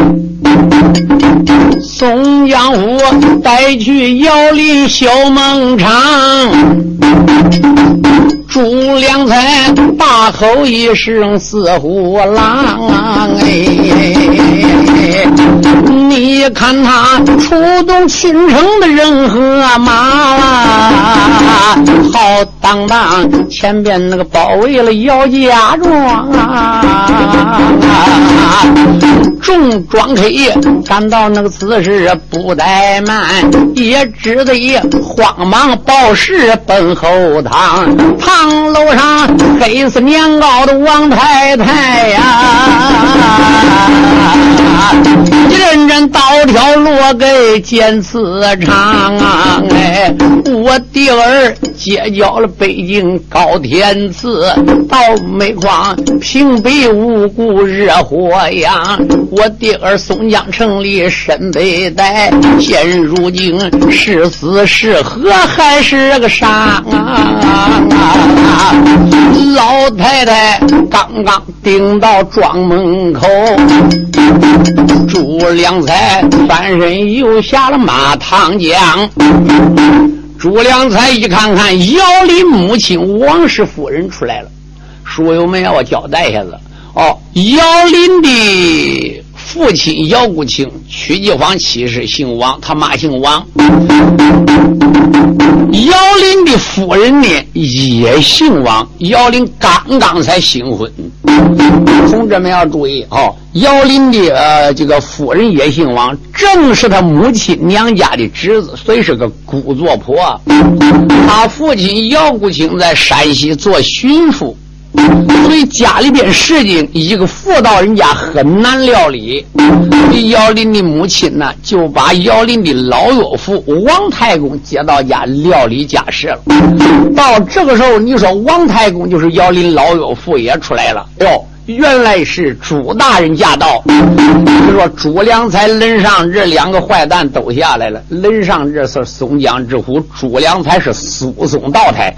宋江虎带去姚林小孟场，朱良才大吼一声似虎狼，你看他出动秦城的人和马，浩荡荡前边那个包围了姚家庄，众庄客赶到那个此时不怠慢，也只得慌忙报事奔后堂。堂楼上黑死年高的王太太呀，人人刀条落给剑刺长，我弟儿结交了北京高天赐，到煤矿平北无故热火阳，我弟儿松江城里身被逮，现如今是死是活还是个伤老太太刚刚顶到庄门口，朱良才翻身又下了马堂江。朱良才一看看姚林母亲王氏夫人出来了，书友们要我交代一下子姚林的父亲姚国清曲继煌其实姓王，他妈姓王。姚林的夫人呢也姓王，姚林刚刚才新婚。同志们要注意姚林的这个夫人也姓王，正是他母亲娘家的侄子，所以是个姑作婆。他父亲姚国清在山西做巡抚，所以家里边事情一个妇道人家很难料理。姚林的母亲呢就把姚林的老岳父王太公接到家料理家事了。到这个时候你说王太公就是姚林老岳父也出来了，原来是朱大人驾到。就说朱良才人上这两个坏蛋都下来了，人上这是松江之虎，朱良才是苏松道台。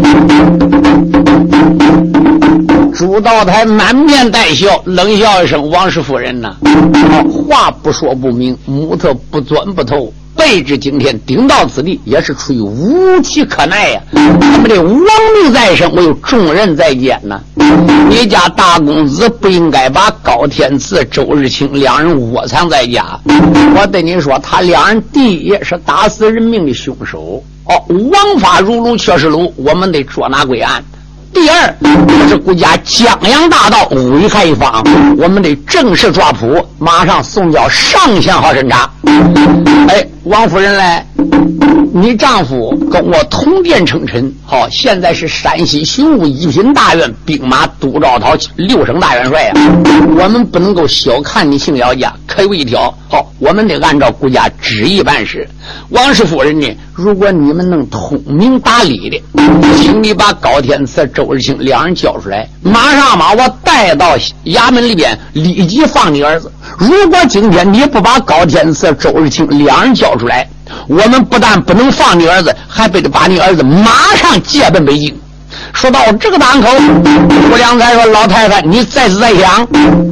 朱道台满面带笑，冷笑一声：“王氏夫人呐，话不说不明，母特不钻不透。备至今天顶到此地，也是出于无其可奈呀。他们的亡命在身，我有重任在肩呐。你家大公子不应该把高天赐、周日清两人窝藏在家。我对你说，他两人第一是打死人命的凶手，枉法如炉却是炉，我们得捉拿归案。第二，这是国家江洋大盗，危害一方，我们得正式抓捕，马上送交上县好审查。王夫人来，你丈夫跟我同殿称臣，现在是山西巡抚一品大员兵马都兆涛6省大元帅我们不能够小看你姓姚家，可有一条，我们得按照国家旨意办事。王氏夫人呢，如果你们能通明达理的，请你把高天赐、周日清两人交出来，马上把我带到衙门里边，立即放你儿子。如果今天你不把高天赐、周日清两人交出来，我们不但不能放你儿子，还得把你儿子马上借奔北京。说到这个档口，朱良才说：“老太太，你再次再想。”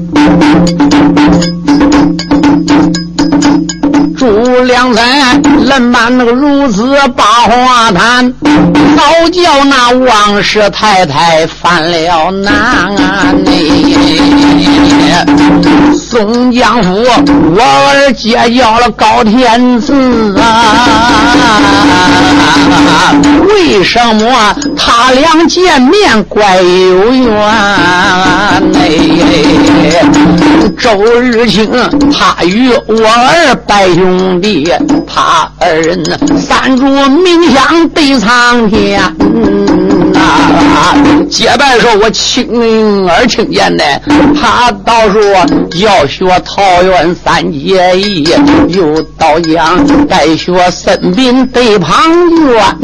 朱良才冷板那个如此把话谈，早叫那王氏太太犯了难宋江府我儿结交了高天赐为什么他俩见面怪有缘周日清他与我儿拜兄弟，他二人三柱冥想对苍天结拜时候我亲耳听见的，他倒说要学桃园三结义，又到讲该学森林对旁院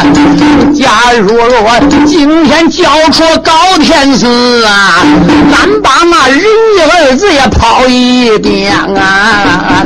假如我今天交出高天赐咱把那仁义二字也抛一边啊！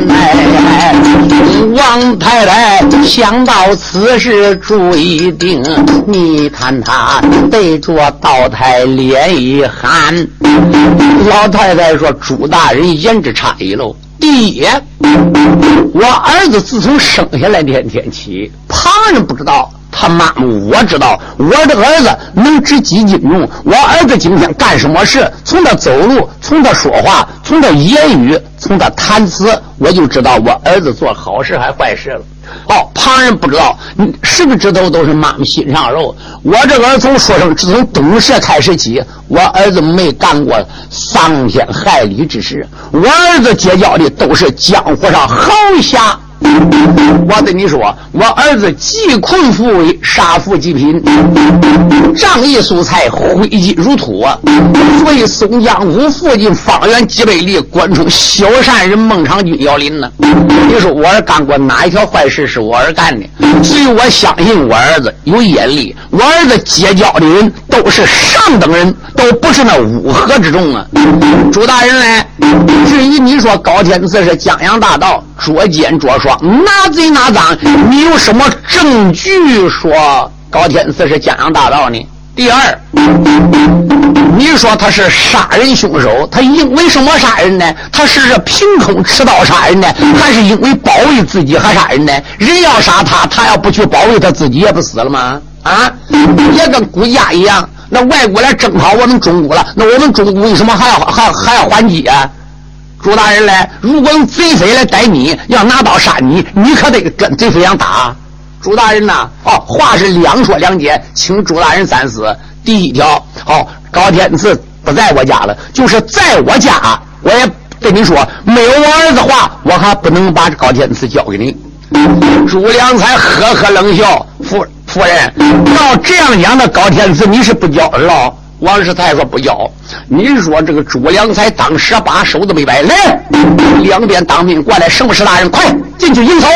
王太太想到此事注意定，你看他对着道台脸一寒。老太太说：“朱大人言之差矣喽。第一，我儿子自从生下来那天起，旁人不知道。”他妈妈我知道，我的儿子能值几斤重，我儿子今天干什么事，从他走路，从他说话，从他言语，从他谈词，我就知道我儿子做好事还坏事了。旁人不知道，是不是知道都是妈妈心上肉。我这个儿子从说声，自从懂事开始起，我儿子没干过伤天害理之事，我儿子结交的都是江湖上豪侠。我跟你说，我儿子济困扶危，杀富济贫，仗义疏财，挥金如土啊！所以松江湖附近方圆几百里，关冲小善人孟尝君要临呢。你说我儿干过哪一条坏事是我儿干的？所以我相信我儿子有眼力，我儿子结交的人都是上等人，都不是那乌合之众啊！朱大人呢？至于你说高天赐是江洋大盗，捉奸捉双，拿贼拿赃，你有什么证据说高天赐是江洋大盗呢？第二，你说他是杀人凶手，他因为什么杀人呢？他是凭空持刀杀人呢，还是因为保卫自己还杀人呢？人要杀他，他要不去保卫他自己，也不死了吗？也跟国家一样。那外国来征讨我们中国了，那我们中国为什么还要还击啊？朱大人来，如果用贼匪来逮你，要拿刀杀你，你可得跟贼匪一样打。朱大人呐，话是两说两解，请朱大人三思。第一条，高天赐不在我家了，就是在我家，我也跟你说，没有我儿子话，我还不能把高天赐交给你。朱良才呵呵冷笑，夫人，照这样讲的高天赐，你是不交了？王世才说不交。你说这个朱良才当时把手都没摆，来，两边当兵过来，盛世大人，快进去迎头。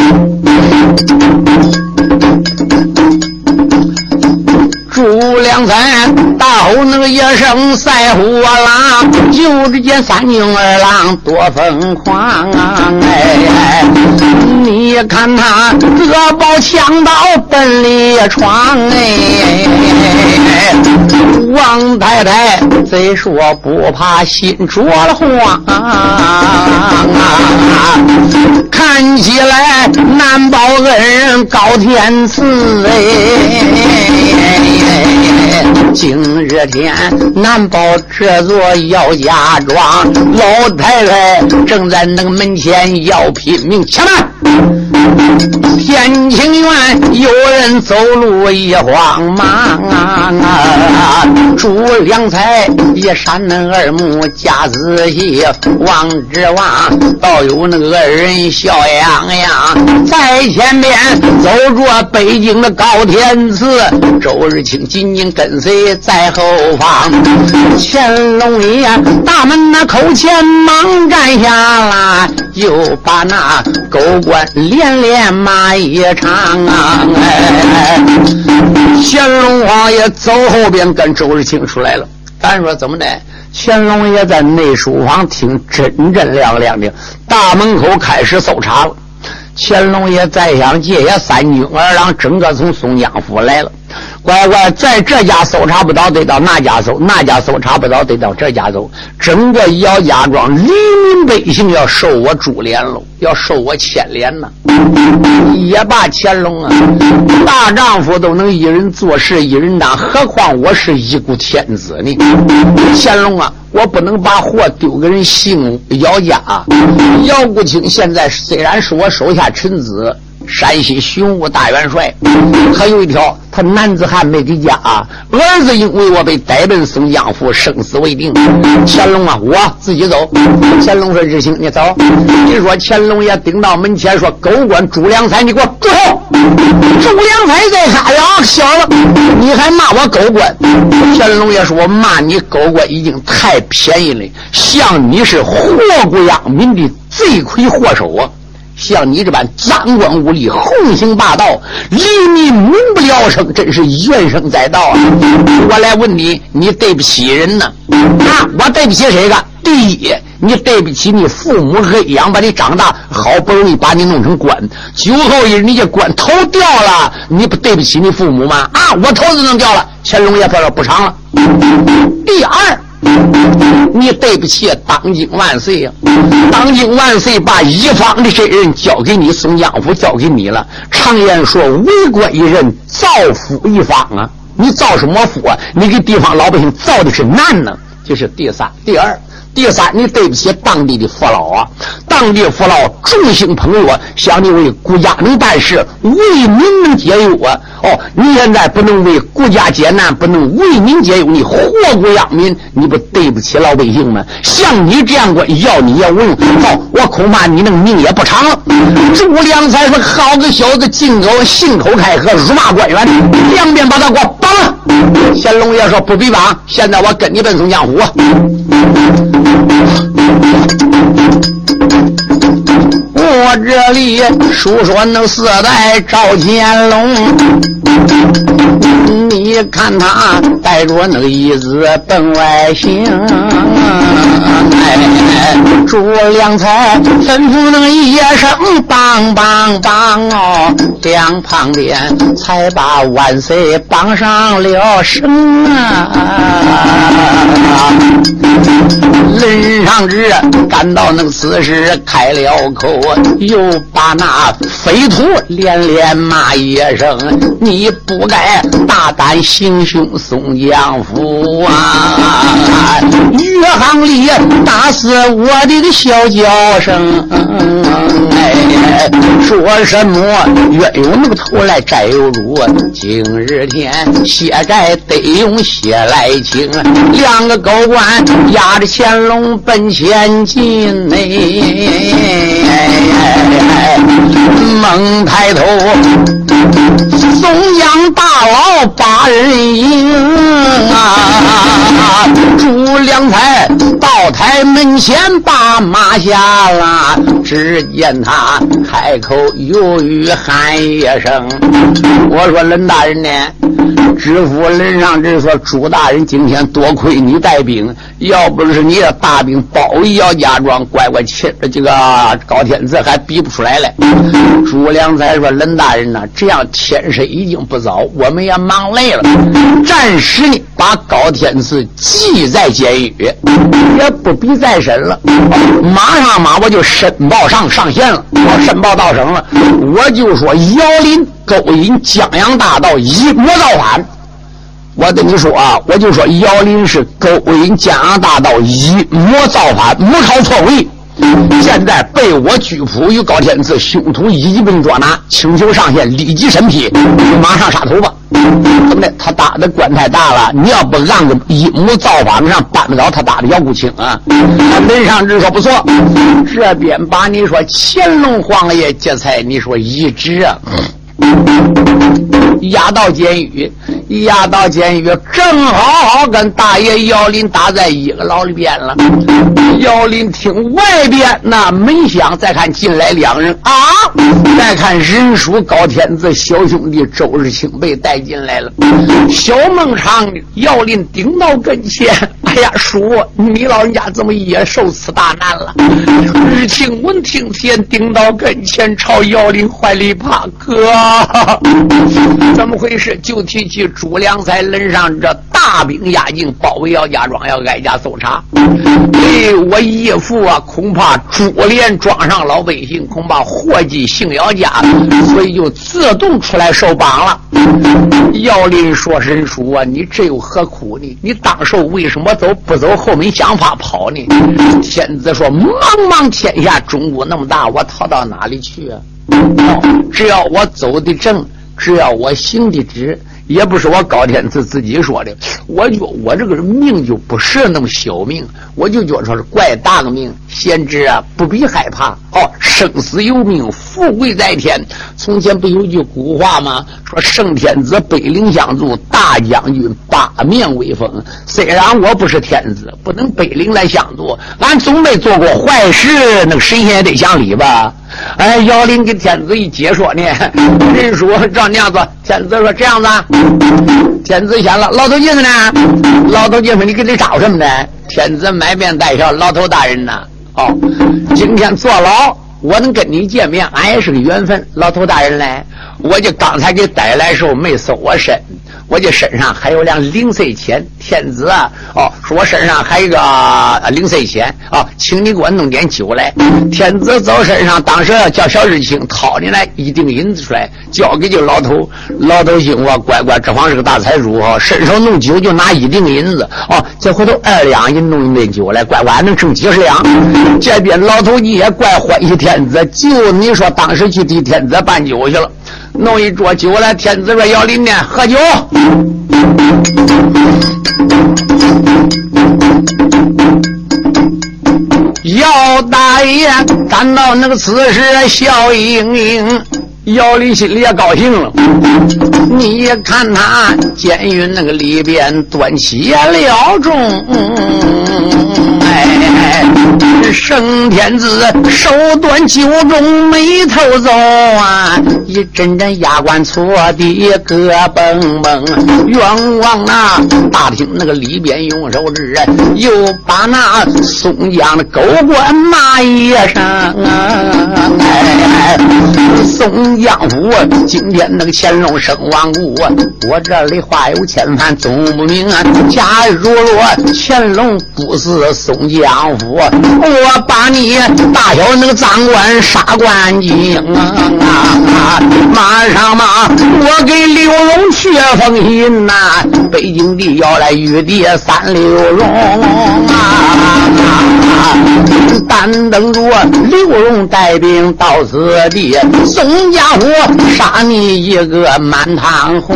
朱良才大吼那个一声赛虎郎，就只见三军二郎多疯狂你看他恶暴强盗奔里闯王太太贼说不怕心着了慌看起来难保恩人高天赐今日天难保这座姚家庄，老太太正在那个门前要拼命，前来！天清院有人走路一慌忙朱良才一闪那耳目加仔细望之望，倒有那个人笑洋洋，在前边走着北京的高天赐，周日清紧紧跟随在后方。乾隆爷大门那口前忙站下来，就把那狗官连连骂一场乾隆皇爷走后边跟周日清出来了。咱说怎么的？乾隆爷在内书房听真亮亮的，大门口开始搜查了。乾隆爷再想借也三军二郎整个从松江府来了，乖乖在这家搜查不到得到那家搜，那家搜查不到得到这家搜，整个姚家庄黎民百姓要受我株连了，要受我牵连呢。也罢，乾隆啊，大丈夫都能一人做事一人当，何况我是一股天子呢？乾隆啊，我不能把货丢给人姓姚家姚国清现在虽然是我手下臣子，山西巡务大元帅，还有一条他男子汉没给家儿子因为我被逮奔松江府，生死未定。乾隆啊，我自己走。乾隆说日清你走。你说乾隆爷顶到门前说，狗官朱良才你给我住口。朱良才在下呀，小了你还骂我狗官。乾隆爷说我骂你狗官已经太便宜了，像你是祸国殃民的罪魁祸首啊， 像你这般脏官污吏、横行霸道，离你民不聊生，真是怨声载道啊！我来问你，你对不起人呢？啊，我对不起谁个？第一，你对不起你父母恩养把你长大，好不容易把你弄成官，酒后一日你这官头掉了，你不对不起你父母吗？啊，我头子能掉了，乾隆爷说不偿了。第二，你对不起当今万岁呀！当今万岁把一方的这人交给你，宋江府交给你了。常言说，为官一人，造福一方啊！你造什么福啊？你给地方老百姓造的是难呢。这是第三。第三，你对不起当地的父老啊！当地父老众星捧月，想你为国家能办事，为民能解忧啊！哦，你现在不能为国家解难，不能为民解忧，你祸国殃民，你不对不起老百姓吗？像你这样官，要你也无用。我恐怕你那命也不长了。朱良才说：“好个小子，信口开河，辱骂官员，两边把他给我绑了。”乾隆爷说：“不必绑，现在我跟你奔宋江府。”我这里述说那四代赵乾隆，你看他带着那个椅子奔外行，朱良才吩咐那个一声棒棒棒哦，两旁边才把万岁绑上了绳啊。任上之赶到那个此时开了口，又把那匪徒连连骂一声：“你不该大胆行凶宋江府啊！余杭里打死我的个小叫声，说什么冤有那个头来债有主，今日天血债得用血来清。”两个狗官压着乾隆奔前进猛抬头，宋江大老把人迎啊！朱良才到台门前把马下了，只见他开口犹豫喊一声：“我说任大人呢？”知府任上之说：“朱大人今天多亏你带兵，要不是你的大兵包围姚家庄，乖乖这个高天赐还逼不出来了。”朱良才说：“任大人呢？这样天色已经不早，我们也忙累了，暂时呢把高天赐记在监狱，也不必再审了。马我就申报上线了，我申报到省了，我就说姚林勾引江洋大盗，一谋造反。我跟你说啊，我就说姚林是勾引江洋大盗，一谋造反，谋朝篡位。现在被我拘捕于高天赐，凶徒一并捉拿，请求上线立即审批，马上杀头吧。怎么的？他打的官太大了，你要不按个一谋造反上办得了他打的姚国清啊？任上之说不错，这边把你说乾隆皇爷劫财，你说一直啊。押到监狱，正好跟大爷姚林打在一个牢里边了。姚林听外边那门响，再看进来两人啊，再看人属高天赐小兄弟周日清被带进来了。小孟尝姚林顶到跟前，哎呀，叔，你老人家怎么也受此大难了？日清闻听见顶到跟前，朝姚林怀里爬，哥，怎么回事？就提起朱良才人上这大兵压境，包围姚家庄，要挨家搜查。我义父啊，恐怕株连庄上老百姓，恐怕祸及姓姚家，所以就自动出来受绑了。姚林说：“神叔啊，你这有何苦呢？你当时为什么不走后门想法跑呢？”天子说：“茫茫天下，中国那么大，我逃到哪里去啊？只要我走的正，只要我行的直， 也不是我高天赐自己说的，我这个命就不是那么小命，我就觉得说是怪大个命。先知啊，不必害怕生死由命，富贵在天。从前不有句古话吗？说圣天子北陵相助，大将军八面威风。虽然我不是天子，不能北陵来相助，俺总没做过坏事，那个神仙也得讲理吧。姚林给天子一解说呢，人说让那样子，天子说这样子啊，天子想了，老头进子呢？老头进子你给你找什么呢？天子满面带笑，老头大人呐，今天坐牢，我能跟你见面，俺也是个缘分。老头大人来，我就刚才给带来时候没搜我身，我这身上还有两零碎钱。天子啊，说我身上还有一个零碎钱请你给我弄点酒来。天子走身上，当时叫小日清掏你来一锭银子出来，交给这老头。老头心我乖乖，这方是个大财主伸手弄酒就拿一锭银子这回头2两银弄一杯酒来，乖乖能挣几10两。这边老头你也怪欢喜天子，就你说当时去替天子办酒去了，弄一桌酒来。天子说姚林呢，喝酒。姚大爷感到那个此时笑盈盈，姚林心里也高兴了。你也看他监狱那个里边端起了盅，圣天子手端酒盅眉头皱啊，一阵阵牙关搓的咯嘣嘣。冤枉啊，大厅那个里边用手指又把那松江的狗官骂一声松江府今天那个乾隆生亡故，我这里话有千番总不明啊。假如若乾隆不是松江府，我把你大小那个赃官杀干净马上嘛，我给刘荣去封信北京的要来玉帝3刘荣但等着刘荣带兵到此地，宋家伙杀你一个满堂红。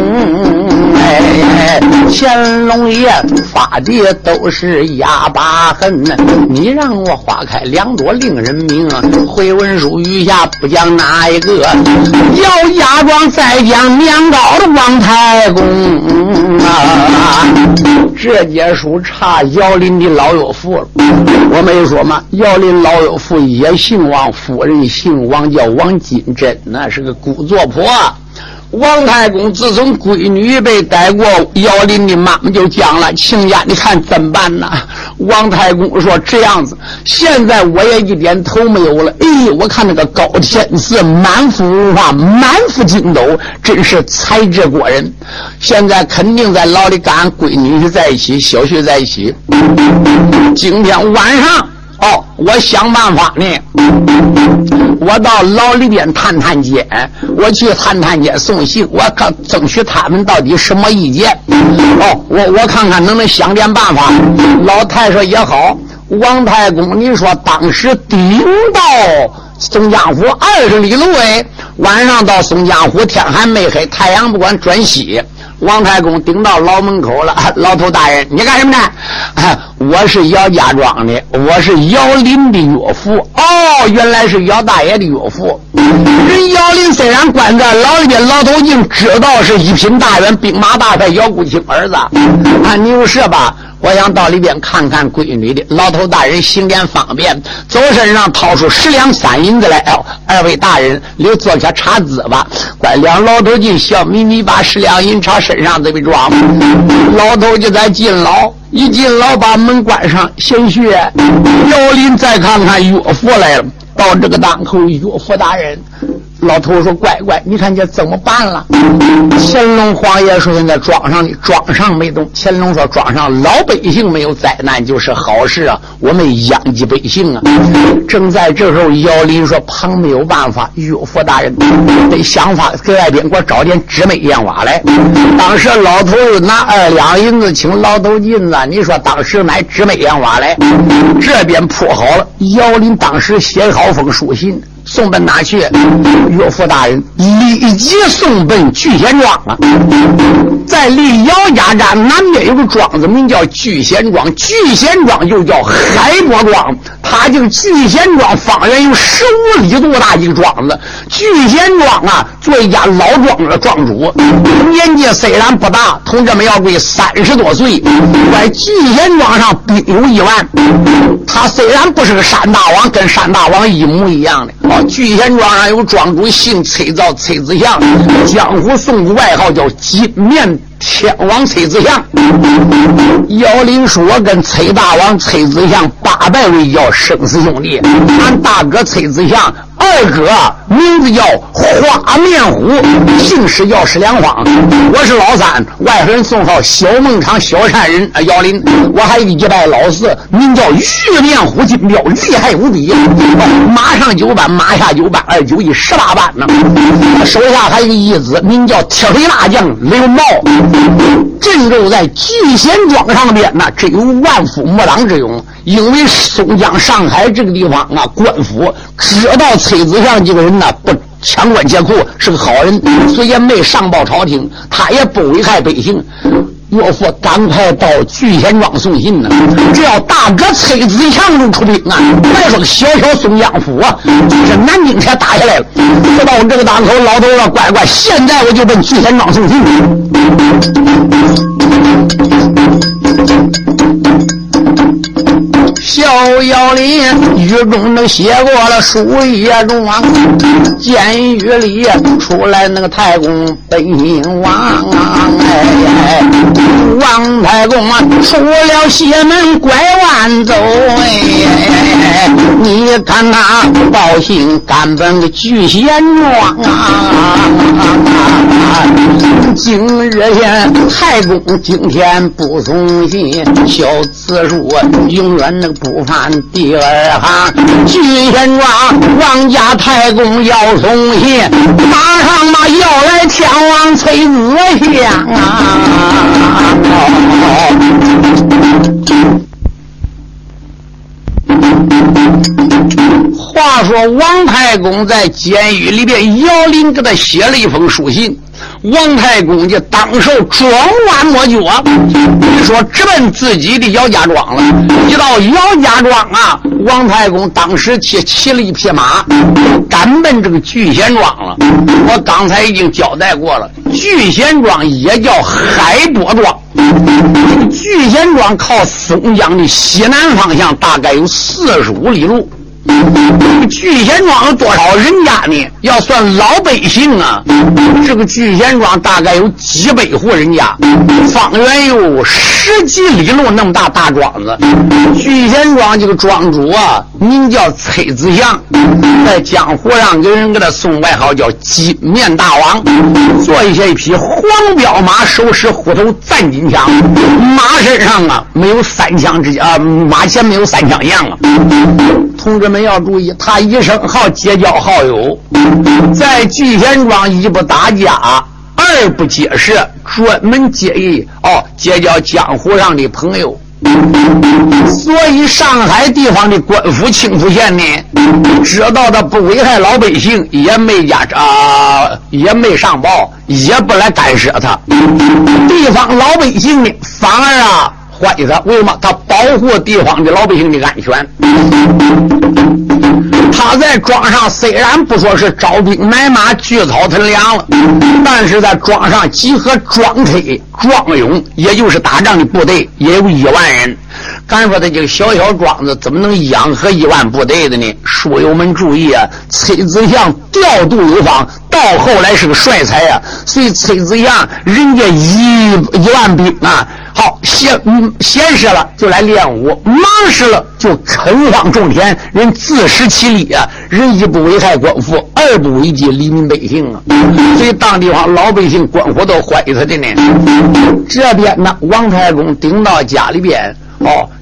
乾隆爷发的都是哑巴恨，你让我花开2朵令人明回文书余下不讲哪一个，要假装再讲年高的王太公这节书差姚林的老岳父了。我没说嘛，姚林老岳父也姓王，夫人姓王，叫王金珍，那是个古作婆。王太公自从闺女被逮过，姚林的妈妈就讲了，亲家你看怎么办呢？王太公说这样子，现在我也一点头没有了。我看那个高天赐满腹文化，满腹经斗，真是才智过人，现在肯定在牢里跟俺闺女在一起，小婿在一起。今天晚上我想办法呢，我到牢里边探探监，我去探探监送信，我争取他们到底什么意见我看看能不能想点办法。老太说也好。王太公你说当时顶到松江府20里路晚上到松江府天还没黑，太阳不管转西，王太公顶到牢门口了。老头大人你干什么呢？我是姚家庄的，我是姚林的岳父。原来是姚大爷的岳父。人姚林虽然关在牢里边，老头竟知道是一品大员兵马大帅姚国清儿子你有事吧？我想到里边看看闺女的。老头大人行点方便，走身上掏出10两3银子来。2位大人留坐下查字吧。乖，两老头进笑眯眯把10两银朝身上这边装。老头就在进牢，一进牢把门关上，先去姚林再看看岳父来了。到这个档口，岳父大人，老头说乖乖你看这怎么办了？乾隆皇爷说现在庄上没动。乾隆说庄上老百姓没有灾难就是好事我们殃及百姓正在这时候，姚林说旁没有办法，岳父大人得想法给外边给我找点纸煤烟瓦来。当时老头拿2两银子请老头金子，你说当时买纸煤烟瓦来，这边铺好了。姚林当时写好封书信送奔哪去？岳父大人立即送奔聚贤庄啊！在离姚家寨南边有个庄子，名叫聚贤庄。聚贤庄又叫海波庄，它这个聚贤庄方圆有15里多大一个庄子。聚贤庄啊，做一家老庄的庄主，年纪虽然不大，同志们要归30多岁，在聚贤庄上兵有1万。他虽然不是个山大王，跟山大王一模一样的。聚贤庄上有庄主姓崔，叫崔子祥，江湖送个外号叫金面天王崔子祥。姚林说跟崔大王崔子祥8拜为叫生死兄弟，俺大哥崔子祥，二哥名字叫花面虎，姓氏叫石良芳。我是老三，外号人送号小孟场小善人姚林。我还有一拜老四，名叫玉面虎金彪，厉害无比，马上9班，马下9班，291 18班呢。手下还有一个义子，名叫铁腿大将刘茂。镇州在聚贤庄上边呢，这有万夫莫挡之勇。因为松江上海这个地方啊，官府知道崔子祥这个人呢不抢官劫库，是个好人，所以也没上报朝廷，他也不危害百姓。岳父赶快到聚贤庄送信呢，只要大哥崔子祥就出兵啊！别说个小松江府啊，就是南京才打下来了。就到这个档口，老头说：“乖乖，现在我就奔聚贤庄送信。”小姚林狱中能写过了书页中啊，监狱里出来那个太公本姓王啊，王太公啊出了西门拐弯走，你看他报信赶奔个聚贤庄啊，今日见太公今天不送信，小字数永远那个不犯第2行。聚贤庄王家太公要送信，马上嘛要来天王崔子祥啊！话说王太公在监狱里边，姚林给他写了一封书信，王太公就当受转弯抹角，你说直奔自己的姚家庄了。一到姚家庄啊，王太公当时骑了一匹马，赶奔这个聚贤庄了。我刚才已经交代过了，聚贤庄也叫海波庄。这个聚贤庄靠松江的西南方向大概有45里路。聚贤庄有多少人家呢？要算老百姓啊，这个聚贤庄大概有几百户人家，方圆有10几里路那么大庄子。聚贤庄这个庄主啊，名叫崔子祥，在江湖上给人给他送外号叫金面大王，坐一匹黄骠马，手持虎头战金枪，马身上啊没有3枪之啊，马前没有3枪一样啊。同志们要注意，他一生好结交好友，在聚贤庄一不打架，二不结识，专门结交江湖上的朋友。所以上海地方的官府青浦县呢，知道他不危害老百姓，也没上报，也不来干涉他。地方老百姓呢，反而啊怀疑他，为什么？他保护地方的老百姓的安全。他在庄上虽然不说是招兵买马聚草屯粮了，但是在庄上集合庄车庄勇，也就是打仗的部队也有1万人。敢说他这个小庄子怎么能养活1万部队的呢？书友们注意啊，崔子祥调度有方，到后来是个帅才啊，所以崔子祥人家1万兵啊，好闲时了就来练武，忙时了就垦荒种田，人自食其力啊，人一不危害官府，二不危及黎民百姓啊，所以当地方老百姓官府都怀疑他的呢。这边呢，王太公顶到家里边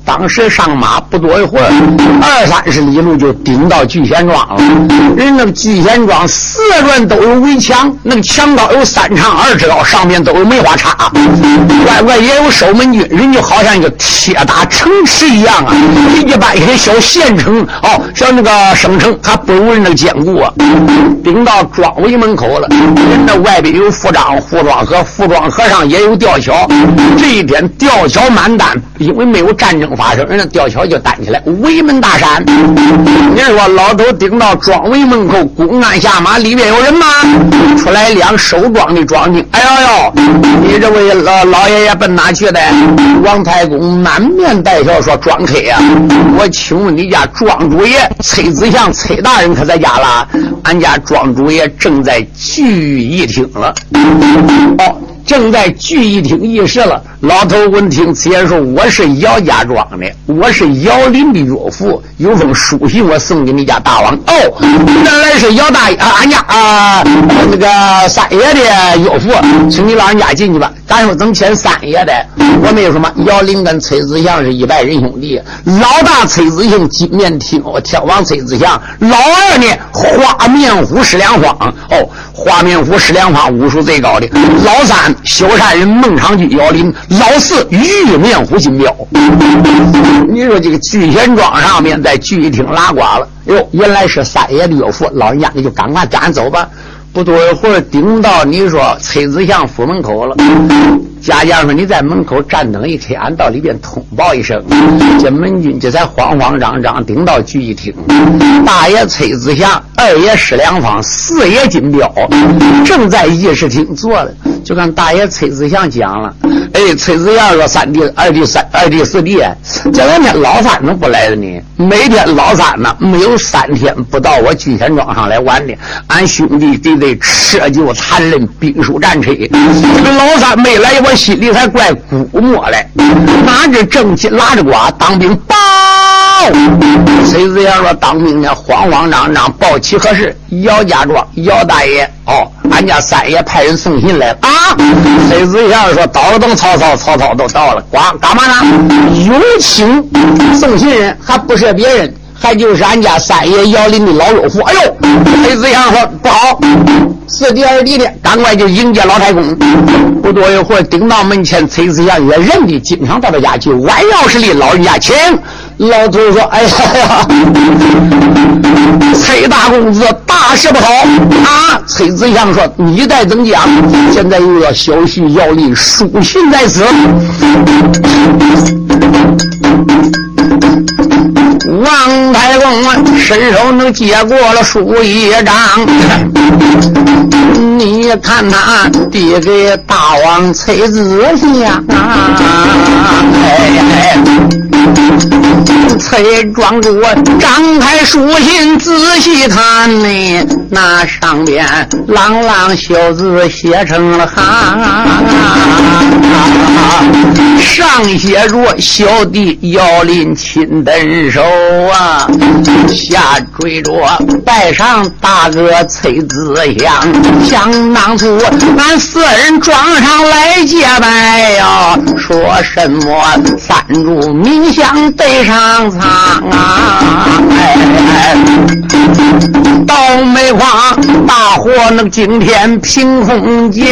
当时上马不多一会儿，20-30里路就顶到聚贤庄了。人那个聚贤庄四转都有围墙，那个墙高有3长2尺高，上面都有梅花叉，外也有守门军，人就好像一个铁打城池一样啊。一般一些小县城像那个省城还不如人那个坚固啊。顶到庄围门口了，人那外边有副庄河，副庄河上也有吊桥。这一天吊桥满担，因为没有战争发生，人家吊桥就担起来，围门大山。你说老头顶到庄围门口，公安下马，里边有人吗？出来2守庄的庄丁，哎呦，你这位老爷爷奔哪去的？王太公满面带笑说：庄客啊，我请问你家庄主爷崔子祥崔大人可在家了？俺家庄主爷正在聚义厅了。正在聚义厅议事了。老头闻听此言说：我是姚家庄的，我是姚林的岳父，有封书信我送给你家大王。原来是姚大爷俺家那个三爷的岳父，请你老人家进去吧。咱说怎么签三爷的？我没有什么，姚林跟崔子祥是100人兄弟，老大崔子祥金面天王崔子祥，老二呢花面虎石良方。花面虎石良方武术最高的，老三修善人孟尝君姚林，老四玉面虎金彪。你说这个聚贤庄上面在聚义厅拉呱了，原来是三爷的岳父，老人家你就赶快赶走吧。不多一会儿顶到你说崔子祥府门口了。家将说：你在门口站等一天，俺到里边通报一声。这门军这才慌慌张张顶到聚义厅。大爷崔子祥，二爷石良方，四爷金彪正在议事厅坐了。就看大爷崔子祥讲了：崔子祥说二弟四弟，这两天老三怎么不来了呢？每天老三呢没有3天不到我聚贤庄上来玩的。俺兄弟对对设就残忍，兵书战车。老三没来，我心里才怪估摸来。拿着正气拉着瓜当兵报。崔子祥说：当兵呢慌慌张张报齐何事？姚家庄姚大爷俺家三爷派人送信来了啊！崔子祥说：到了等曹操都到了，干嘛呢？有请送信人，还不是别人，还就是俺家三爷姚林的老岳父。崔子祥说：不好，四弟二弟的赶快就迎接老太公。不多一会儿顶到门前，崔子祥也认的经常到他家去弯钥匙里，老人家请。老头说：哎呀，崔大公子大事不好啊！崔子祥说：你在怎讲？现在又要小婿姚林书信在此。王太公伸手能接过了书一张，你看他递给大王崔子祥崔庄主张开书信仔细看呢，那上边朗朗小字写成了上写着小弟姚林亲登手啊，下追着拜上大哥崔子祥，想当初俺4人庄上来结拜呀，说什么3柱冥想对上苍啊，倒霉荒大火那惊天凭空降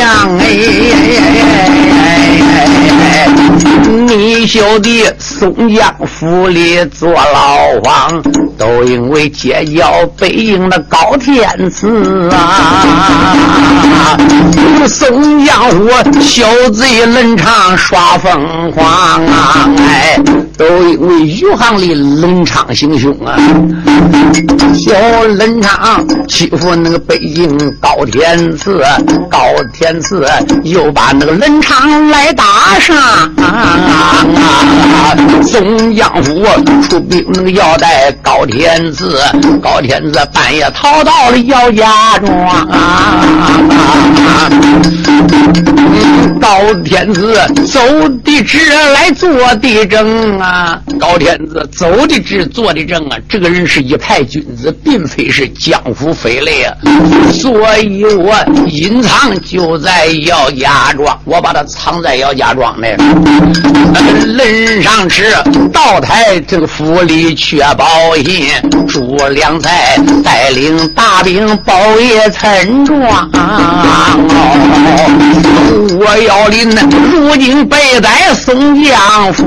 你兄弟松江府里坐牢房，都因为结交北营的高天赐啊！松江府小贼冷场耍疯狂啊！都因为余杭里冷场行凶啊！小冷场欺负那个北京高天赐，高天赐又把那个冷场来打伤松江府出兵那个要带高天赐，高天赐半夜逃到了姚家庄高天赐走的直来做的正啊！ 啊，高天子走的直，坐的正啊，这个人是一派君子，并非是江湖匪类啊，所以我隐藏就在姚家庄，我把他藏在姚家庄内了。人上吃道台这个府里确保信，朱良才带领大兵包围村庄，我要临如今被在松江府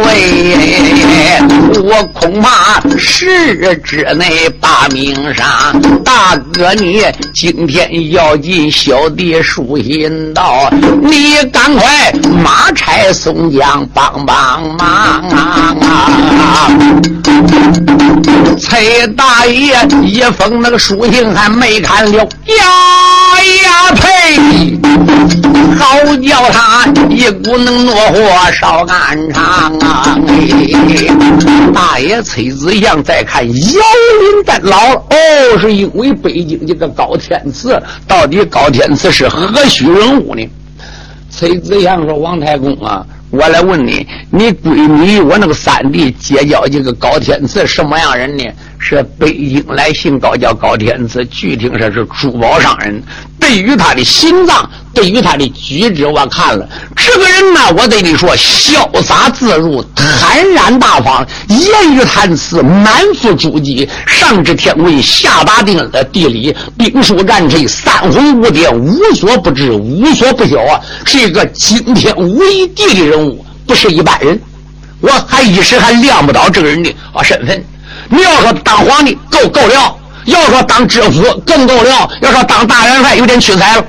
我恐怕10之内把命上。大哥你今天要进小弟书信道，你赶快马差松江帮帮忙啊！崔大爷一封那个书信还没看了，呀呸！好叫他一股能挪火烧干肠啊！大爷崔子祥再看姚林丹老哦，是因为北京这个高天赐，到底高天赐是何许人物呢？崔子祥说：“王太公啊，我来问你，你闺女我那个三弟结交这个高天赐什么样人呢？是北京来姓高叫高天赐，据听说是珠宝商人。对于他的心脏，对于他的举止，我看了这个人呢，我对你说，潇洒自如，坦然大方，言语贪私，满腹珠玑，上知天文，下达地理，兵书战锤，三魂五典，无所不知，无所不晓啊，是一个惊天无一地的人物，不是一般人。我还一时还量不到这个人的身份。你要说当皇帝够了，要说当知府更够了，要说当大元帅有点屈才了。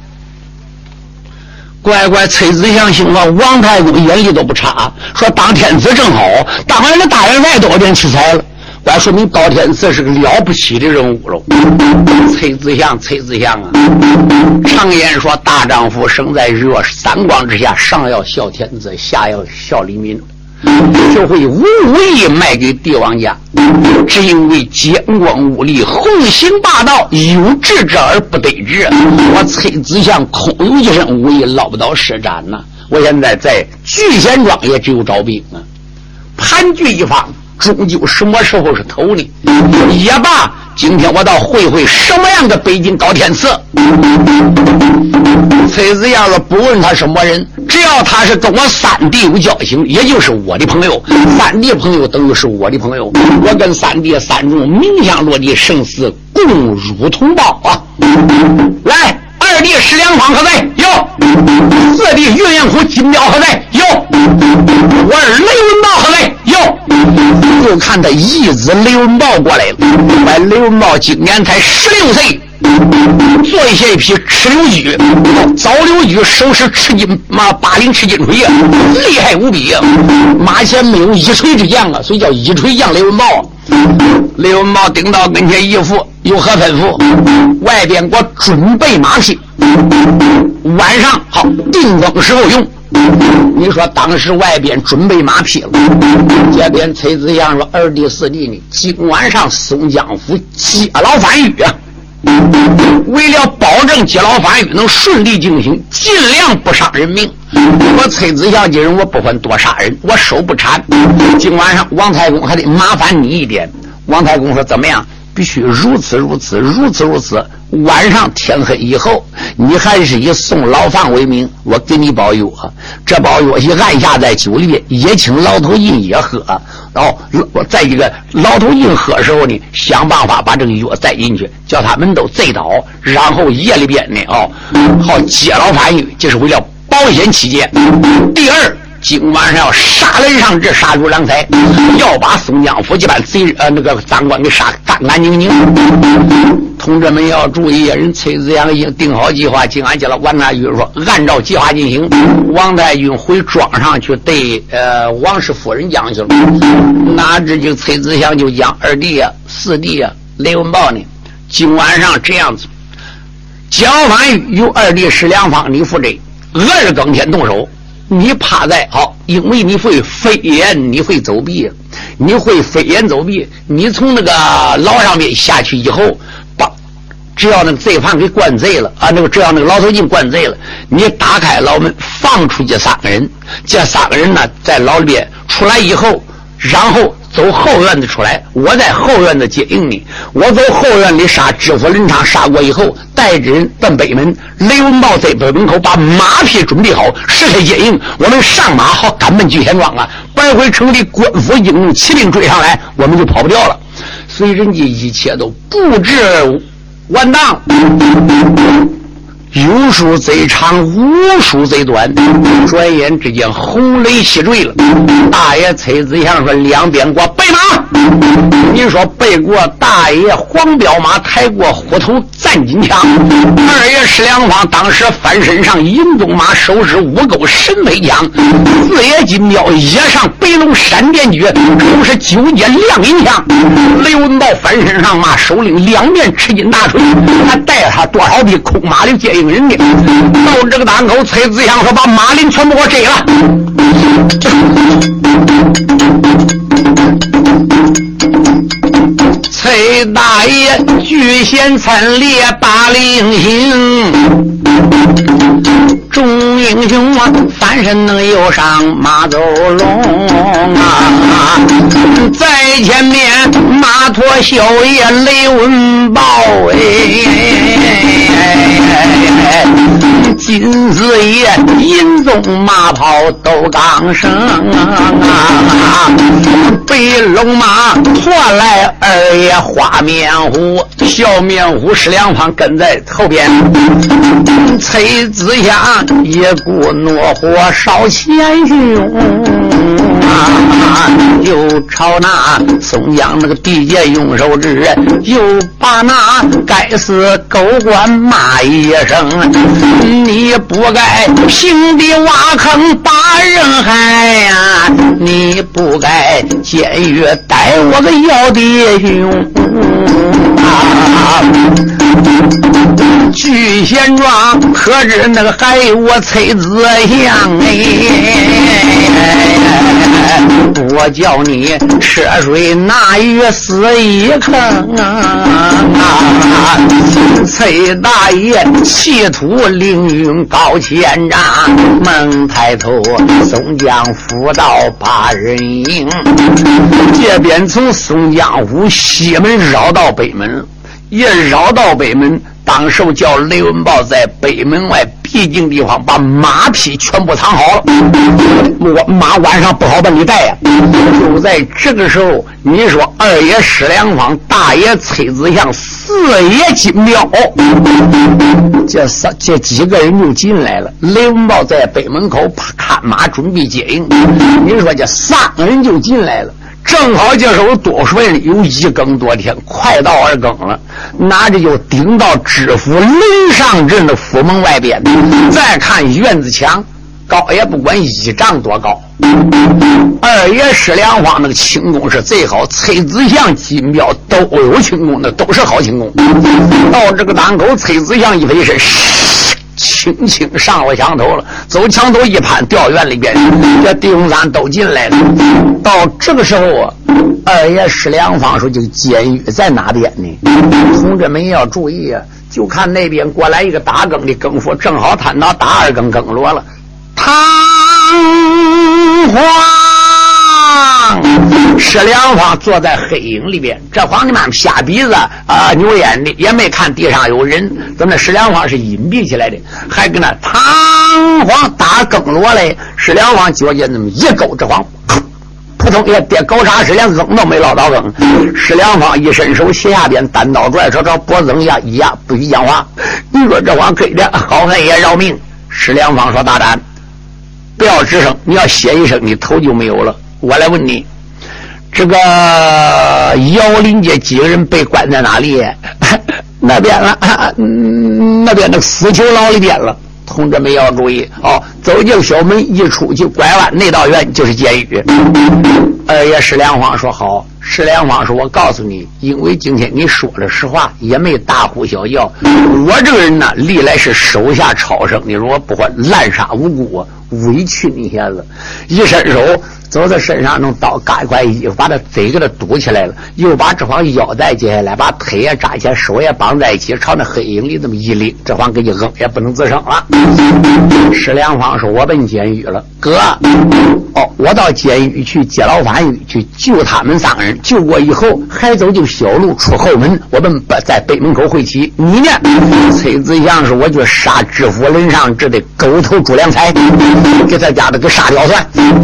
乖乖，崔子祥心说王太公眼力都不差，说当天子正好，当完了大元帅都有点屈才了。我说明高天赐是个了不起的人物了。崔子祥啊，常言说大丈夫生在热三光之下，上要孝天子，下要孝黎民。就会无意卖给帝王家，只因为奸光污吏，横行霸道，有志者而不得志。我崔子祥空有一身武艺，捞不到施展呐。我现在在聚贤庄也只有招兵啊，盘踞一方，终究什么时候是头呢？也罢，今天我倒会什么样的北京高天赐。崔子祥说不问他什么人，只要他是跟我三弟有交情，也就是我的朋友，三弟朋友等于是我的朋友，我跟三弟三众冥想落地，生死共乳同胞啊！来，二弟石良方何在？有。四弟岳阳虎金雕何在？有。我儿雷文豹何在？有。又看他义子雷文豹过来了，把雷文豹今年才16岁。做一些一匹吃流驹，早流驹手持赤金80赤金锤啊，厉害无比啊！马前没有一锤之将啊，所以叫一锤将雷文豹。雷文豹顶到跟前一副，有何吩咐？外边给我准备马匹，晚上好定更时候用。你说当时外边准备马匹了，这边崔子祥说二弟四弟呢，今晚上松江府接牢反狱啊。为了保证接牢反狱能顺利进行，尽量不伤人命，我崔子祥这人我不会多杀人，我手不缠。今晚上王太公还得麻烦你一点。王太公说怎么样？必须如此。晚上天黑以后，你还是以送牢房为名，我给你包药啊。这包药是按下在酒里，也请牢头印也喝。然后我在这个牢头印喝的时候呢，想办法把这个药带进去，叫他们都醉倒，然后夜里边呢好接牢反狱，这是为了保险起见。第二，今晚上要杀人上志，杀猪良财，要把松江府这般贼那个赃官给杀干干净净。同志们要注意，人崔子祥已经定好计划，今晚叫了王太君说按照计划进行。王太君回庄上去对王氏夫人讲去了，哪知就崔子祥就讲二弟啊、四弟啊、雷文豹呢，今晚上这样子，交反狱由二弟石良方你负责，2更天动手。你趴在好，因为你会飞檐，你会走壁，你会飞檐走壁，你从那个牢上面下去以后， 只要那个罪犯给灌醉了啊，只要那个老头精灌醉了，你打开牢门放出这3个人，这3个人呢在牢里边出来以后，然后走后院子出来，我在后院子接应你。我走后院里杀知府林昌，杀过以后，带着人奔北门。雷文豹在北门口把马匹准备好，实开接应。我们上马好赶奔聚贤庄啊！白回城里官府英勇骑兵追上来，我们就跑不掉了。所以人家一切都布置完当。有书贼长，无书贼短。转眼之间，红雷西坠了。大爷崔子祥说：“两边给我备马！”您说背过大爷黄骠马，抬过虎头战金枪。二爷石良方当时翻身上银鬃马，手持五钩神飞枪。四爷金彪也上北龙闪电举，手持9节亮银枪。雷文豹翻身上马，手领2面赤金大锤，他带他多少匹空马的接应人的。到这个档口，崔子祥说：“把马林全部给我摘了。”崔大爷巨贤参列把令行，众英雄啊翻身能又上马走龙啊，在前面马驮小爷雷文豹金子爷银鬃马跑斗钢绳啊，北龙马驮来二爷花面虎，笑面虎石良方跟在后边，崔子祥一股怒火烧前胸啊，又朝那宋江那个地界用手指，又把那该死狗官骂一声：“你不该平地挖坑把人害呀！你不该监狱逮我个要弟兄啊！”聚贤庄可知那个还有我崔子祥我叫你涉水纳鱼死一坑啊！崔大爷企图凌云高千丈，猛抬头宋江府道把人迎，这边从宋江府西门绕到北门，也绕到北门。当时叫雷文豹在北门外僻静地方把马匹全部藏好了，马晚上不好把你带呀。就在这个时候，你说二爷石良方、大爷崔子祥、四爷金彪，这几个人就进来了。雷文豹在北门口看马准备接应，你说这3个人就进来了。正好这时候多顺里有1更多天，快到2更了，拿着就顶到知府林上镇的府门外边。再看院子墙，高也不管1丈多高。二爷石良方那个轻功是最好，崔子祥、金彪都有轻功的，都是好轻功。到这个档口，崔子祥一飞身，轻轻上了墙头了，走墙头一攀，掉院里边，这弟兄咱都进来了。到这个时候啊，二爷石良方说：“这个监狱在哪边呢？同志们要注意啊！就看那边过来一个打更的更夫，正好探到打2更更罗了。堂皇石良方坐在黑影里边，这皇帝们瞎鼻子啊，扭眼的，也没看地上有人。咱们石良方是隐蔽起来的，还跟那堂皇打更罗嘞。石良方脚尖那么一勾之皇，扑通也别高茶石连更都没捞到更。石良方一伸手下边单刀拽手朝脖子压一压，不许讲话。你说这皇给的好汉也饶命。石良方说：“大胆，不要吱声，你要写一声，你头就没有了。我来问你，这个姚林家几个人被关在哪里？那边了，那边那个死囚牢里边了。同志们要注意哦， 走进小门一出去，拐弯那道院就是监狱。二爷石良晃说好。石良晃说我告诉你，因为今天你说了实话，也没大呼小叫，我这个人呢历来是手下超生，你说我不会滥杀无辜，委屈你一下子。一伸手走到身上，弄刀嘎一块衣服把他嘴给他堵起来了，又把这方腰带解下来，把腿也扎起来，手也绑在一起，朝那黑影里这么一拎，这方给你扔也不能自生了。石良晃说我奔监狱了。哥，我到监狱去接牢犯狱，去救他们3人，救过以后还走进小路出后门，我们在北门口会齐。你呢？崔子祥是我就杀知府人上这的狗头朱良才，给他家的给杀掉算。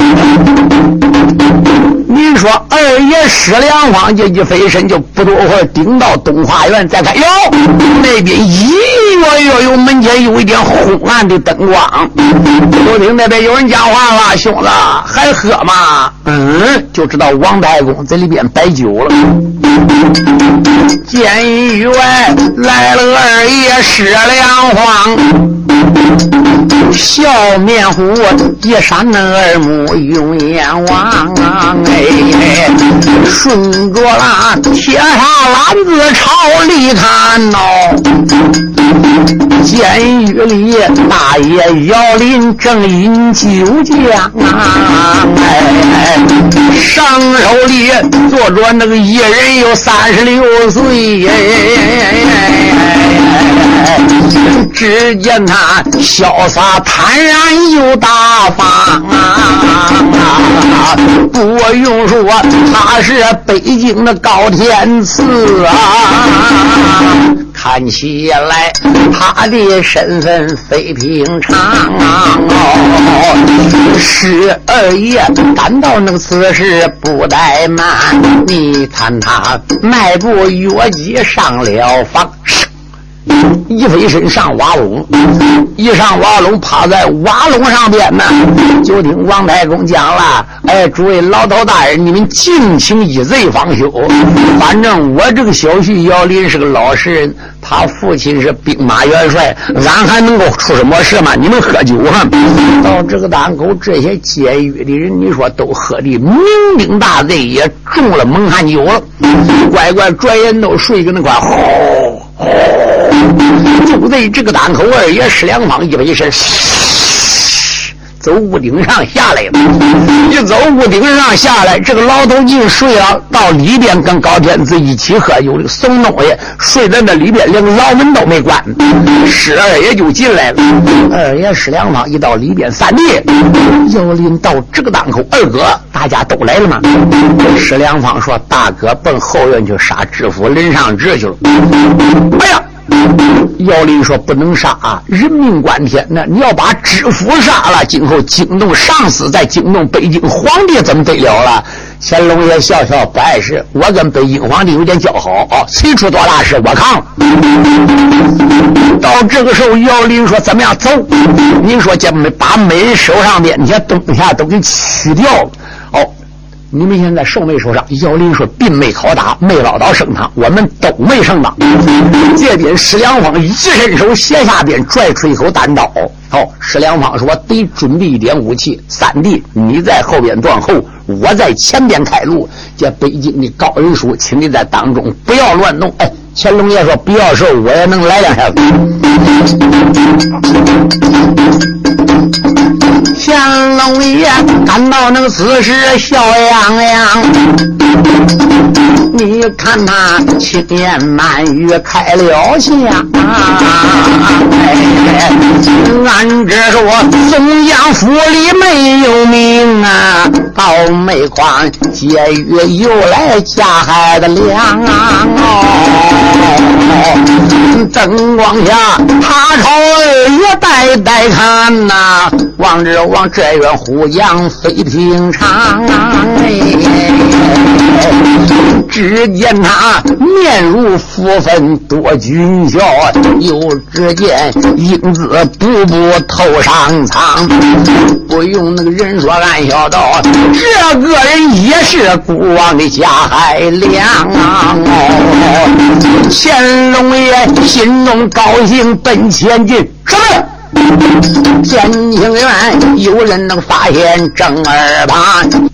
您说二爷石良晃这一飞身就不多会儿顶到东华园，再看哟，那边隐隐约约门前有一点昏暗的灯光。就听那边有人讲话了，兄子还喝吗？就知道王太公在里边摆酒了。监狱外来了二爷石良晃，笑面虎一闪耳目用眼望，顺着了铁砂篮子朝里看监狱里大爷姚林正饮酒浆上手里坐着那个一人有36岁，只见他潇洒坦然又大方不用说他是北京的高天赐看起来他的身份非平常是二爷感到那个此事不怠慢，你看他迈步越级上了房，一飞身上瓦笼，一上瓦笼趴在瓦笼上边呢，就听王太公讲了，诸位老头大人，你们尽情以罪方休，反正我这个小婿姚林是个老实人，他父亲是兵马元帅，俺还能够出什么事吗？你们喝酒啊！到这个档口，这些监狱的人你说都喝的酩酊大醉，也中了蒙汗酒了，乖乖转眼都睡跟那块就在这个档口，二爷石良晃一飞身走屋顶上下来了，一走屋顶上下来，这个老头进睡了，到里边跟高天赐一起喝酒，松东爷睡在那里边，连牢门都没关，石二爷就进来了。二爷石良晃一到里边3弟姚林到这个档口，二哥大家都来了吗？石良晃说大哥奔后院去杀知府任上志去了。哎呀，姚林说不能杀人命关天呢，你要把知府杀了，今后惊动上司，再惊动北京皇帝怎么得了了？乾隆爷笑笑不碍事，我跟北京皇帝有点交好谁出多大事我扛。到这个时候姚林说怎么样走，您说这把每人手上边你些东西都给取掉了你们现在受没受伤？姚林说并没拷打，没捞到升堂，我们都没上当。这边石良晃一伸手斜下边拽出一口单刀。石良晃说我得准备一点武器，3弟你在后边断后，我在前边开路，这北京的高人书请你在当中不要乱动。乾隆爷说不要受，我也能来2下子。乾隆爷感到那个此时笑洋洋，你看他轻言慢语开了腔俺这说松江府里没有名高煤矿节约又来加害的粮灯光下他朝二爷呆看望着望这员虎将非平常只见他面如浮粉多俊俏，又只见英姿步步头上苍，不用那个人说暗笑道这个人也是孤王的加害良乾隆爷心中高兴奔前进，什么见情院有人能发现正儿八